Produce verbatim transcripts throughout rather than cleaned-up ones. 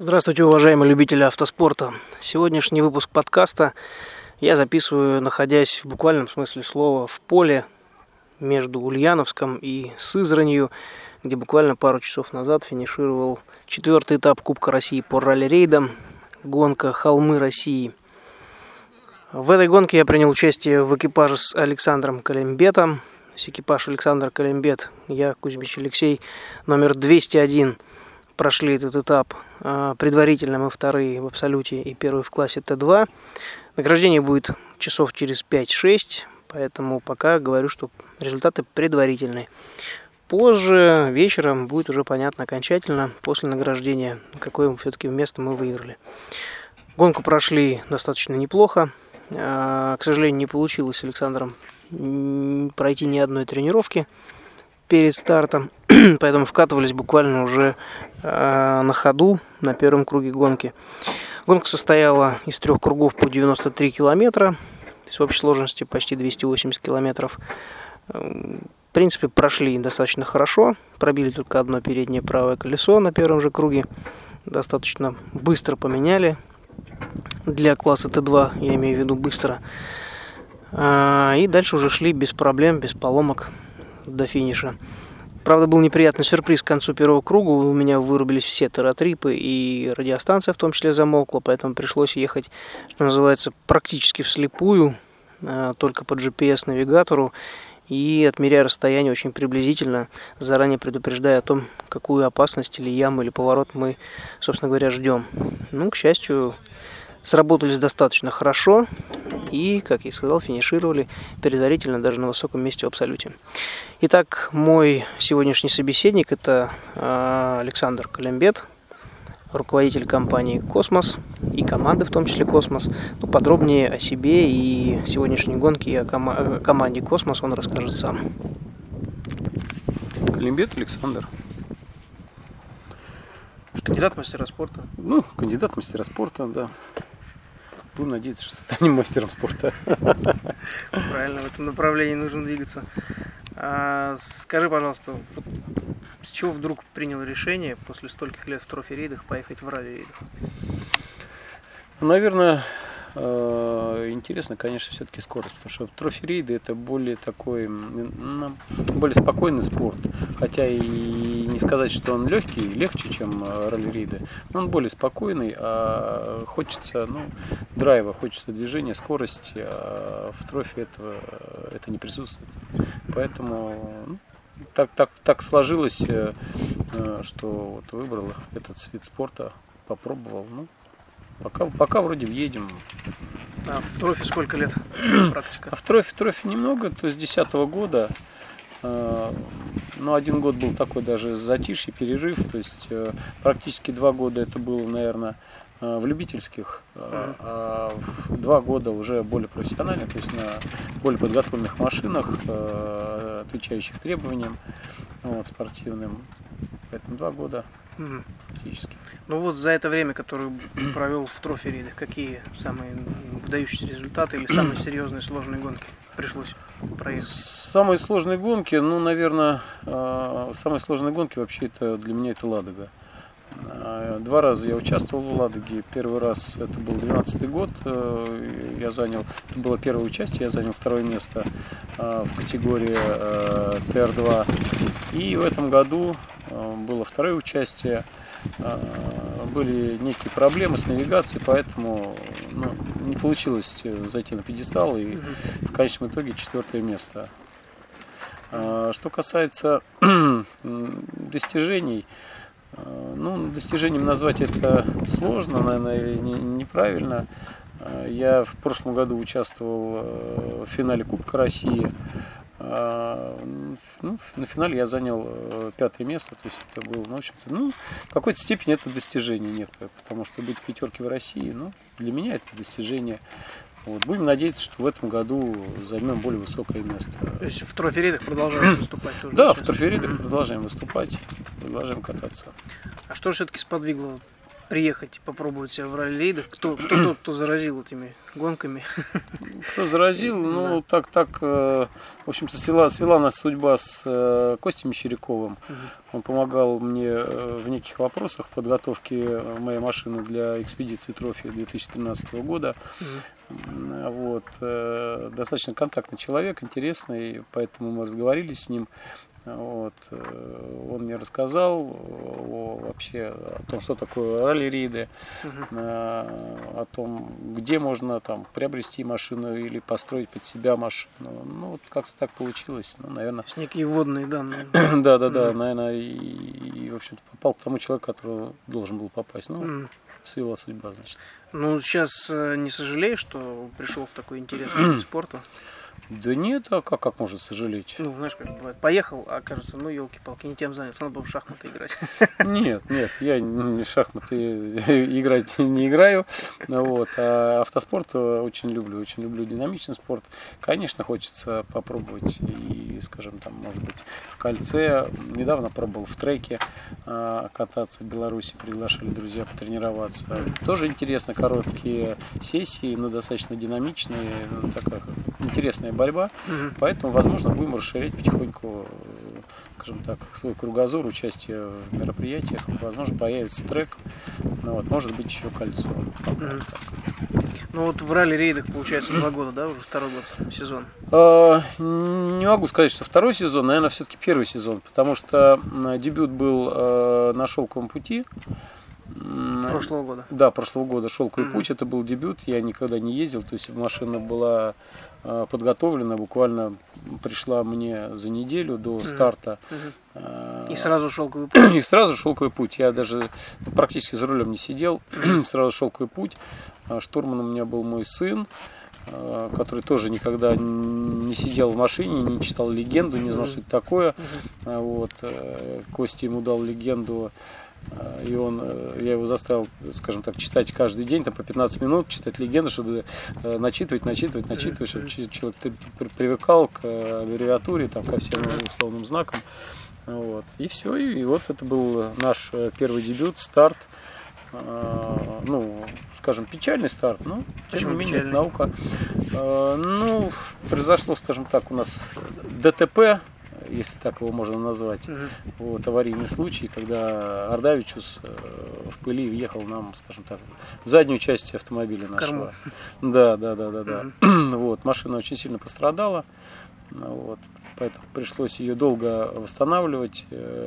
Здравствуйте, уважаемые любители автоспорта. Сегодняшний выпуск подкаста я записываю, находясь в буквальном смысле слова в поле между Ульяновском и Сызранью, где буквально пару часов назад финишировал четвертый этап Кубка России по ралли-рейдам, гонка «Холмы России». В этой гонке я принял участие в экипаже с Александром Колембетом. Экипаж Александр Колембет, я, Кузьмич Алексей, номер двести один. Прошли этот этап. Предварительно мы вторые в абсолюте и первый в классе Т два. Награждение будет часов через пять-шесть, поэтому пока говорю, что результаты предварительные. Позже, вечером, будет уже понятно окончательно, после награждения, какое все-таки место мы выиграли. Гонку прошли достаточно неплохо. К сожалению, не получилось с Александром пройти ни одной тренировки перед стартом, поэтому вкатывались буквально уже э, на ходу на первом круге гонки. Гонка состояла из трех кругов по девяносто три километра, то есть в общей сложности почти двести восемьдесят километров. В принципе, прошли достаточно хорошо, пробили только одно переднее правое колесо на первом же круге, достаточно быстро поменяли для класса Т два, я имею в виду быстро, и дальше уже шли без проблем, без поломок до финиша. Правда, был неприятный сюрприз к концу первого круга. У меня вырубились все тератрипы, и радиостанция в том числе замолкла, поэтому пришлось ехать, что называется, практически вслепую, только по джи пи эс-навигатору, и отмеряя расстояние очень приблизительно, заранее предупреждая о том, какую опасность или яму, или поворот мы, собственно говоря, ждем. Ну, к счастью, сработались достаточно хорошо и, как я и сказал, финишировали предварительно даже на высоком месте в абсолюте. Итак, мой сегодняшний собеседник – это Александр Колембет, руководитель компании «Космос» и команды, в том числе «Космос». Но подробнее о себе и сегодняшней гонке и о ком- команде «Космос» он расскажет сам. Колембет Александр. Кандидат в мастера спорта. Ну, кандидат в мастера спорта, да. Будем надеяться, что станем мастером спорта. Правильно, в этом направлении нужно двигаться. А, скажи, пожалуйста, вот с чего вдруг принял решение после стольких лет в трофи-рейдах поехать в ралли-рейдах? Наверное, интересно, конечно, все-таки скорость, потому что трофи-рейды это более такой, ну, более спокойный спорт, хотя и не сказать, что он легкий, легче, чем ралли-рейды, но он более спокойный, а хочется, ну, драйва, хочется движения, скорости, а в трофи этого это не присутствует, поэтому ну, так, так, так сложилось, что вот выбрал этот вид спорта, попробовал, ну. Пока, пока вроде едем. А в трофе сколько лет практика? А в трофе, в трофе немного, то есть с десятого года. Э, ну, один год был такой даже затишье, перерыв. То есть э, практически два года это было, наверное, э, в любительских. Э, а два года уже более профессионально, то есть на более подготовленных машинах, э, отвечающих требованиям вот, спортивным. Поэтому два года. Угу. Фактически. Ну вот за это время, которое провел в трофи-рейдах, какие самые выдающиеся результаты или самые серьезные сложные гонки пришлось проехать? Самые сложные гонки, ну, наверное, самые сложные гонки вообще это для меня это Ладога. Два раза я участвовал в Ладоге. Первый раз это был двенадцатый год, я занял, это было первое участие, я занял второе место в категории Т Р два. И в этом году было второе участие. Были некие проблемы с навигацией, поэтому ну, не получилось зайти на пьедестал, и в конечном итоге четвертое место. Что касается достижений, ну, достижением назвать это сложно, наверное, неправильно. Я в прошлом году участвовал в финале Кубка России. Ну, на финале я занял пятое место, то есть это было, ну, в общем-то, ну, в какой-то степени это достижение некое, потому что быть в пятерке в России, ну, для меня это достижение. Вот. Будем надеяться, что в этом году займем более высокое место. То есть в трофи-рейдах продолжаем выступать тоже? Да, в трофи-рейдах продолжаем выступать, продолжаем кататься. А что же все-таки сподвигло приехать, попробовать себя в ралли-рейдах? Кто, кто тот, кто заразил этими гонками? Кто заразил? Ну, да. так, так, в общем-то, свела, свела нас судьба с Костей Мещеряковым. Угу. Он помогал мне в неких вопросах подготовки моей машины для экспедиции трофи две тысячи тринадцатого года. Угу. Вот. Достаточно контактный человек, интересный, поэтому мы разговаривали с ним. Вот. Он мне рассказал о, вообще о том, что такое ралли-рейды, uh-huh. о том, где можно там приобрести машину или построить под себя машину. Ну, вот как-то так получилось. Ну, наверное... Некие вводные данные. Да, да, да. Uh-huh. Наверное, и, и, в общем-то, попал к тому человеку, который должен был попасть. Ну, uh-huh. свела судьба, значит. Ну, сейчас не сожалеешь, что пришел в такой интересный вид спорта? Да нет, а как, как можно сожалеть? Ну, знаешь, как бывает. Поехал, а кажется, ну, елки-палки, не тем заняться, надо было в шахматы играть. Нет, нет, я в шахматы играть не играю. Вот. А автоспорт очень люблю, очень люблю динамичный спорт. Конечно, хочется попробовать и, скажем, там, может быть, в кольце. Недавно пробовал в треке кататься в Беларуси, приглашали друзья потренироваться. Тоже интересно, короткие сессии, но достаточно динамичные, ну, такая интересная борьба, угу. Поэтому, возможно, будем расширять потихоньку, скажем так, свой кругозор, участие в мероприятиях. Возможно, появится трек, ну, вот, может быть, еще кольцо. Угу. Ну вот в ралли-рейдах, получается, два года, да, уже второй год, сезон? А, не могу сказать, что второй сезон, наверное, все-таки первый сезон, потому что дебют был а, на «Шелковом пути». Прошлого года. Да, прошлого года «Шелковый mm-hmm. путь», это был дебют, я никогда не ездил, то есть машина была э, подготовлена, буквально пришла мне за неделю до mm-hmm. старта. Mm-hmm. И сразу «Шелковый путь». И сразу «Шелковый путь», я даже практически за рулем не сидел, сразу «Шелковый путь», штурманом у меня был мой сын, который тоже никогда не сидел в машине, не читал легенду, не знал, mm-hmm. что это такое. Mm-hmm. Вот. Костя ему дал легенду. И он, я его заставил, скажем так, читать каждый день, там, по пятнадцать минут, читать легенду, чтобы начитывать, начитывать, начитывать, чтобы человек привыкал к аббревиатуре, там, ко всем условным знакам. Вот. И все, и вот это был наш первый дебют, старт. Ну, скажем, печальный старт, но тем не менее, наука. Ну, произошло, скажем так, у нас ДТП, если так его можно назвать. Uh-huh. Вот, аварийный случай, когда Ардавичус в пыли въехал нам, скажем так, в заднюю часть автомобиля нашего. Да, да, да, да, да. Uh-huh. Вот, машина очень сильно пострадала, вот, поэтому пришлось ее долго восстанавливать.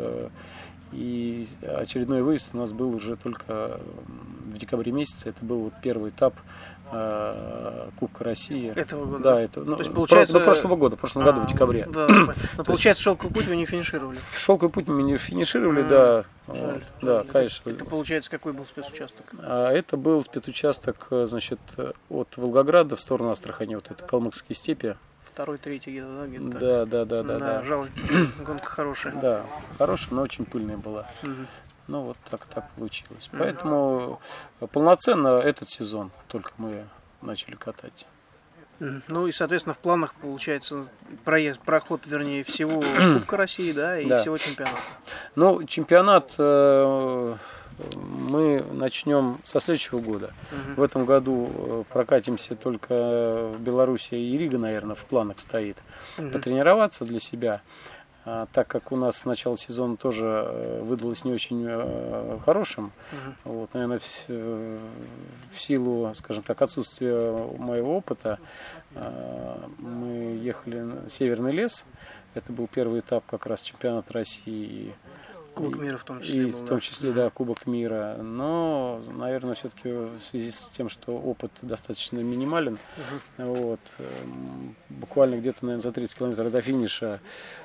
И очередной выезд у нас был уже только в декабре месяце. Это был вот первый этап э, Кубка России. Этого года? Да, это, ну, то есть, получается... про, ну, прошлого года, в прошлом а, году, в декабре. Да, но получается, «Шелковый путь» вы не финишировали? «Шелковый путь» мы не финишировали, а, да. Жаль, вот, жаль. Да, Это, конечно. это, получается, какой был спецучасток? А, это был спецучасток, значит, от Волгограда в сторону Астрахани, вот это Калмыцкие степи. Второй, третий где-то, да? Где-то да, да, да, да, да. да. Жаль, гонка хорошая. Да, хорошая, но очень пыльная была. Угу. Ну вот так так получилось. Угу. Поэтому полноценно этот сезон только мы начали катать. Угу. Ну и, соответственно, в планах получается проезд, проход, вернее, всего Кубка России, да, и да. всего чемпионата. Ну, чемпионат э, мы начнем со следующего года. Угу. В этом году прокатимся только в Беларуси, и Рига, наверное, в планах стоит. Угу. Потренироваться для себя, а, так как у нас начало сезона тоже выдалось не очень а, хорошим. Угу. Вот, наверное, в, в силу, скажем так, отсутствия моего опыта, а, мы ехали на Северный лес. Это был первый этап как раз чемпионата России. Кубок мира в том числе. И был, в том числе, да, Кубок мира. Но, наверное, все-таки в связи с тем, что опыт достаточно минимален, uh-huh. вот, буквально где-то, наверное, за тридцать километров до финиша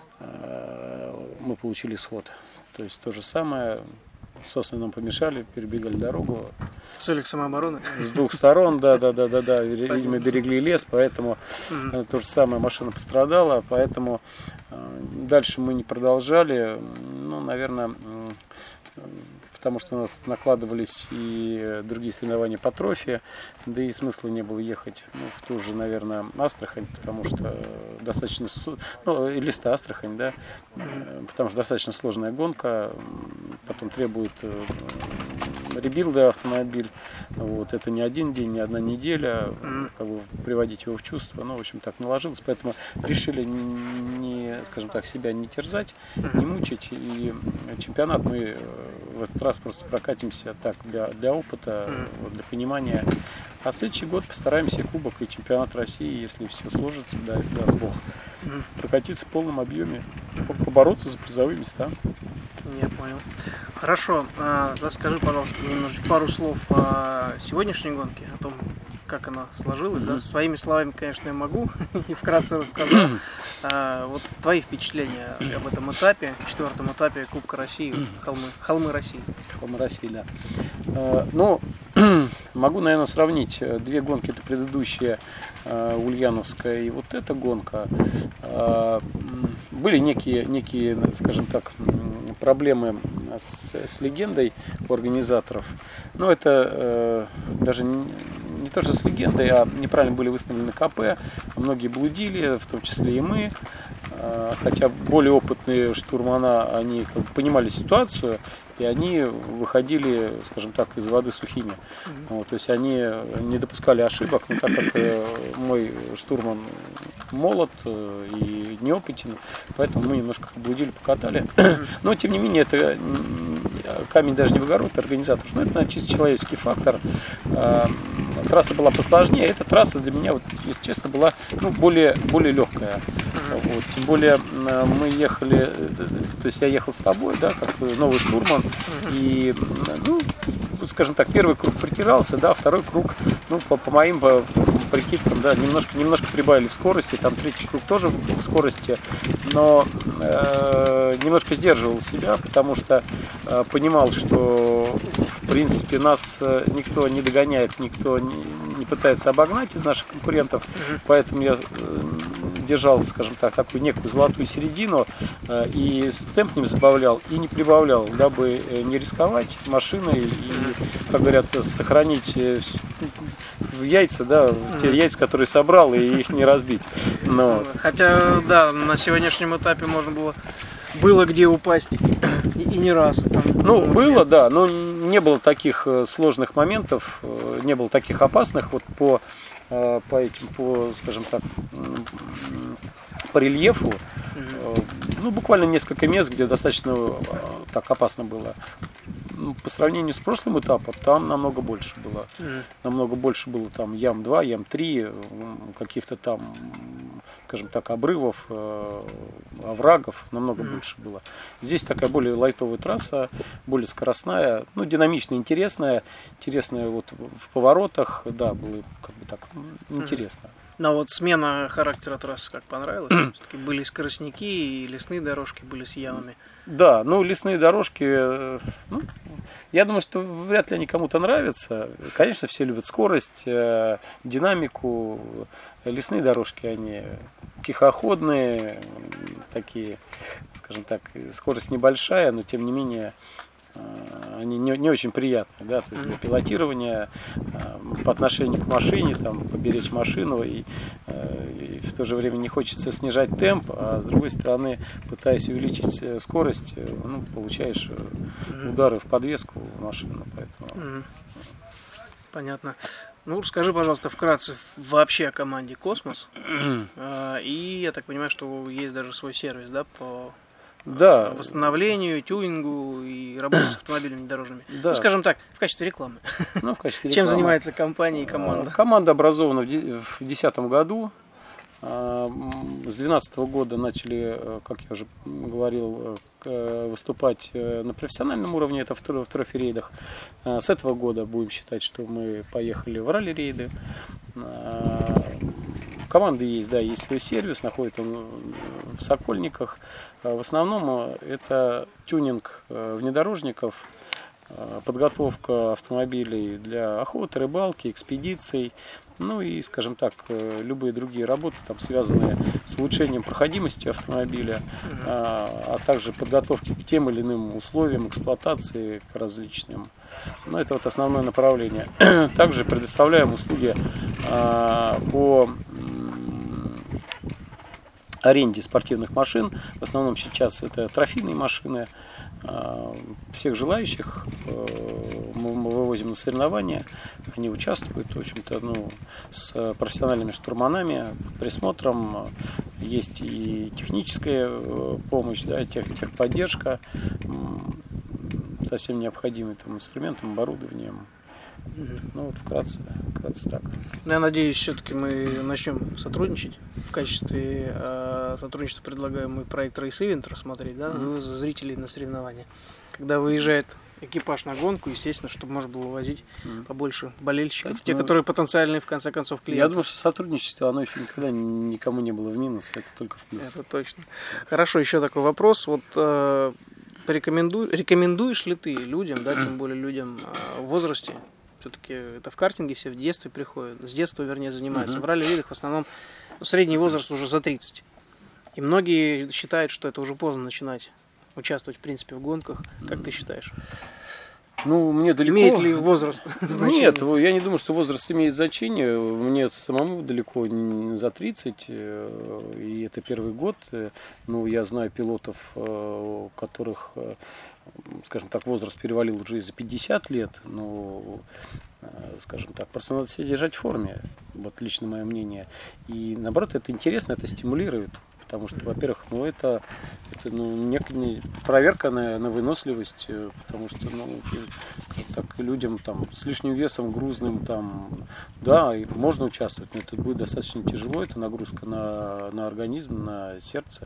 мы получили сход. То есть то же самое. Сосны нам помешали, перебегали дорогу. В целях самообороны? С двух сторон, да, да, да, да, да. Видимо, берегли лес, поэтому mm-hmm. то же самое, машина пострадала, поэтому дальше мы не продолжали. Ну, наверное, потому что у нас накладывались и другие соревнования по трофе, да и смысла не было ехать ну, в ту же, наверное, Астрахань, потому что достаточно, ну, Элиста Астрахань, да, потому что достаточно сложная гонка, потом требует ребилда автомобиль. Вот, это не один день, не одна неделя, mm-hmm. как бы приводить его в чувство. Ну, в общем, так наложилось, поэтому решили не, не скажем так, себя не терзать, mm-hmm. не мучить. И чемпионат мы в этот раз просто прокатимся так для, для опыта, mm-hmm. вот, для понимания. А следующий год постараемся Кубок и чемпионат России, если все сложится, да, даст Бог, mm-hmm. прокатиться в полном объеме, побороться за призовые места. Я понял. Хорошо, а, расскажи, пожалуйста, немножечко пару слов о сегодняшней гонке, о том, как она сложилась. Mm-hmm. Да? Своими словами, конечно, я могу и вкратце рассказал. А, вот твои впечатления об этом этапе, четвертом этапе Кубка России, холмы, холмы России. Холмы России, да. А, ну, могу, наверное, сравнить две гонки, это предыдущая ульяновская и вот эта гонка. А, были некие, некие, скажем так, проблемы с, с легендой у организаторов. Но это э, даже не, не то, что с легендой, а неправильно были выставлены КП. Многие блудили, в том числе и мы. Э, хотя более опытные штурмана, они как бы понимали ситуацию, и они выходили, скажем так, из воды сухими. Mm-hmm. Вот, то есть они не допускали ошибок, но так как э, мой штурман молод э, и неопытен, поэтому мы немножко блудили, покатали. Mm-hmm. Но, тем не менее, это камень даже не в огород организаторов, но это, наверное, чисто человеческий фактор. Э, трасса была посложнее, эта трасса для меня, вот, если честно, была ну, более, более легкая. Mm-hmm. Вот, тем более мы ехали, то есть я ехал с тобой, да, как новый штурман, mm-hmm. и, ну, скажем так, первый круг притирался, да, второй круг, ну, по, по моим по, по прикидкам, да, немножко, немножко прибавили в скорости, там третий круг тоже в скорости, но э, немножко сдерживал себя, потому что э, понимал, что, в принципе, нас никто не догоняет, никто не, не пытается обогнать из наших конкурентов, mm-hmm. поэтому я э, держал, скажем так, такую некую золотую середину э, и темп не забавлял и не прибавлял, дабы не рисковать машиной и, как говорят, сохранить в яйца, да, mm-hmm. те яйца, которые собрал, и их не разбить. Но... Хотя, да, на сегодняшнем этапе можно было было где упасть и, и не раз. Там, ну, было, место. Да, но не было таких сложных моментов, не было таких опасных вот по по этим, по, скажем так, по рельефу, mm-hmm. ну, буквально несколько мест, где достаточно так опасно было. По сравнению с прошлым этапом, там намного больше было. Mm-hmm. Намного больше было там ям два, ям три, каких-то там, скажем так, обрывов, оврагов, намного mm-hmm. больше было. Здесь такая более лайтовая трасса, более скоростная, ну, динамичная, интересная, интересная вот в поворотах, да, было как бы так интересно. Mm-hmm. Но вот смена характера трассы как понравилась? Все-таки были скоростники и лесные дорожки были с ямами. Да, ну лесные дорожки, ну, я думаю, что вряд ли они кому-то нравятся. Конечно, все любят скорость, динамику. Лесные дорожки, они тихоходные, такие, скажем так, скорость небольшая, но тем не менее они не, не очень приятные, да, то есть для пилотирования, по отношению к машине, там, поберечь машину, и, и в то же время не хочется снижать темп, а с другой стороны, пытаясь увеличить скорость, ну, получаешь удары в подвеску в машину, поэтому... Понятно. Ну, скажи, пожалуйста, вкратце вообще о команде «Космос», и я так понимаю, что есть даже свой сервис, да, по... Да. Восстановлению, тюнингу и работе с автомобилями дорожными. Да. Ну, скажем так, в качестве рекламы. Ну, в качестве рекламы. Чем занимается компания и команда? Команда образована в две тысячи десятом году. С две тысячи двенадцатого года начали, как я уже говорил, выступать на профессиональном уровне, это в трофи-рейдах. С этого года будем считать, что мы поехали в ралли-рейды. У команды есть, да, есть свой сервис, находится он в Сокольниках. В основном это тюнинг внедорожников, подготовка автомобилей для охоты, рыбалки, экспедиций, ну и, скажем так, любые другие работы, там, связанные с улучшением проходимости автомобиля, а, а также подготовки к тем или иным условиям эксплуатации, к различным. Ну, это вот основное направление. Также предоставляем услуги а, по аренде спортивных машин. В основном сейчас это трофейные машины. Всех желающих мы вывозим на соревнования, они участвуют, в общем-то, ну, с профессиональными штурманами, под присмотром, есть и техническая помощь, да, тех, техподдержка со всем необходимым там инструментом, оборудованием. Ну вот вкратце, вкратце так. Ну, я надеюсь, все-таки мы начнем сотрудничать. В качестве э, сотрудничества предлагаем мы проект Race Event рассмотреть, да, вывоз зрителей на соревнования. Когда выезжает экипаж на гонку, естественно, чтобы можно было возить mm. побольше болельщиков, это, те, ну, которые потенциальные, в конце концов, клиенты. Я думаю, что сотрудничество, оно еще никогда никому не было в минус, это только в плюс. Это точно. Хорошо, еще такой вопрос. Вот э, порекомендуй, рекомендуешь ли ты людям, да, тем более людям э, в возрасте, все-таки это в картинге все в детстве приходят, с детства, вернее, занимаются. Uh-huh. В ралли-рейдах в основном ну, средний возраст уже за тридцать. И многие считают, что это уже поздно начинать участвовать, в принципе, в гонках. Как ты считаешь? Ну, мне далеко... Имеет ли возраст значение? Нет, я не думаю, что возраст имеет значение. Мне самому далеко за тридцать, и это первый год. Ну, я знаю пилотов, у которых, скажем так, возраст перевалил уже и за пятьдесят лет. Но, скажем так, просто надо себя держать в форме. Вот лично мое мнение. И, наоборот, это интересно, это стимулирует. Потому что, во-первых, ну, это, это ну, некая проверка на, на выносливость, потому что ну, так, людям там, с лишним весом, грузным, там, да, можно участвовать, но это будет достаточно тяжело, это нагрузка на, на организм, на сердце.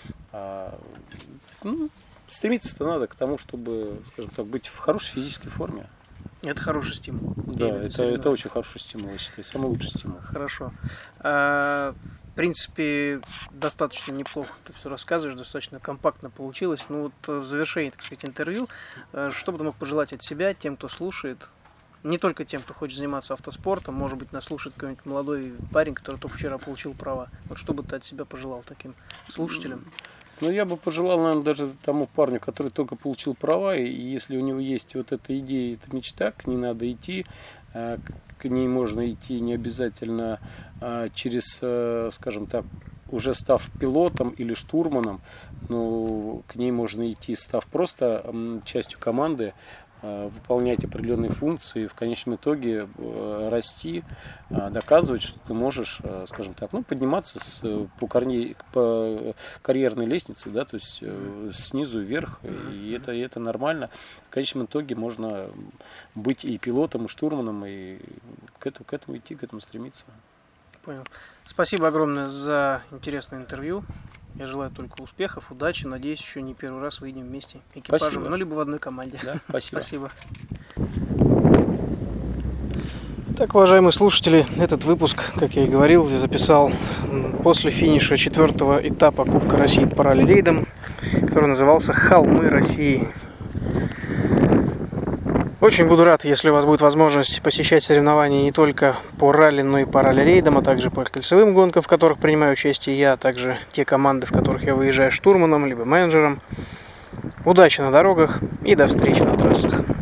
А, ну, стремиться-то надо к тому, чтобы, скажем так, быть в хорошей физической форме. Это хороший стимул. Да, это, это очень хороший стимул, я считаю, самый лучший стимул. Хорошо. А, в принципе, достаточно неплохо ты все рассказываешь, достаточно компактно получилось. Ну вот в завершении, так сказать, интервью, что бы ты мог пожелать от себя тем, кто слушает, не только тем, кто хочет заниматься автоспортом, может быть, нас слушает какой-нибудь молодой парень, который только вчера получил права. Вот что бы ты от себя пожелал таким слушателям? Ну, я бы пожелал, наверное, даже тому парню, который только получил права, и если у него есть вот эта идея, эта мечта, к ней надо идти, к ней можно идти не обязательно через, скажем так, уже став пилотом или штурманом, но к ней можно идти, став просто частью команды, выполнять определенные функции, в конечном итоге расти, доказывать, что ты можешь, скажем так, ну, подниматься с, по, корней, по карьерной лестнице, да, то есть снизу вверх, и это, и это нормально. В конечном итоге можно быть и пилотом, и штурманом, и к этому, к этому идти, к этому стремиться. Понял. Спасибо огромное за интересное интервью. Я желаю только успехов, удачи. Надеюсь, еще не первый раз выйдем вместе экипажем, спасибо. Ну, либо в одной команде. Да, спасибо. Спасибо. Итак, уважаемые слушатели, этот выпуск, как я и говорил, я записал после финиша четвертого этапа Кубка России по ралли-рейдам, который назывался «Холмы России». Очень буду рад, если у вас будет возможность посещать соревнования не только по ралли, но и по ралли-рейдам, а также по кольцевым гонкам, в которых принимаю участие я, а также те команды, в которых я выезжаю штурманом, либо менеджером. Удачи на дорогах и до встречи на трассах.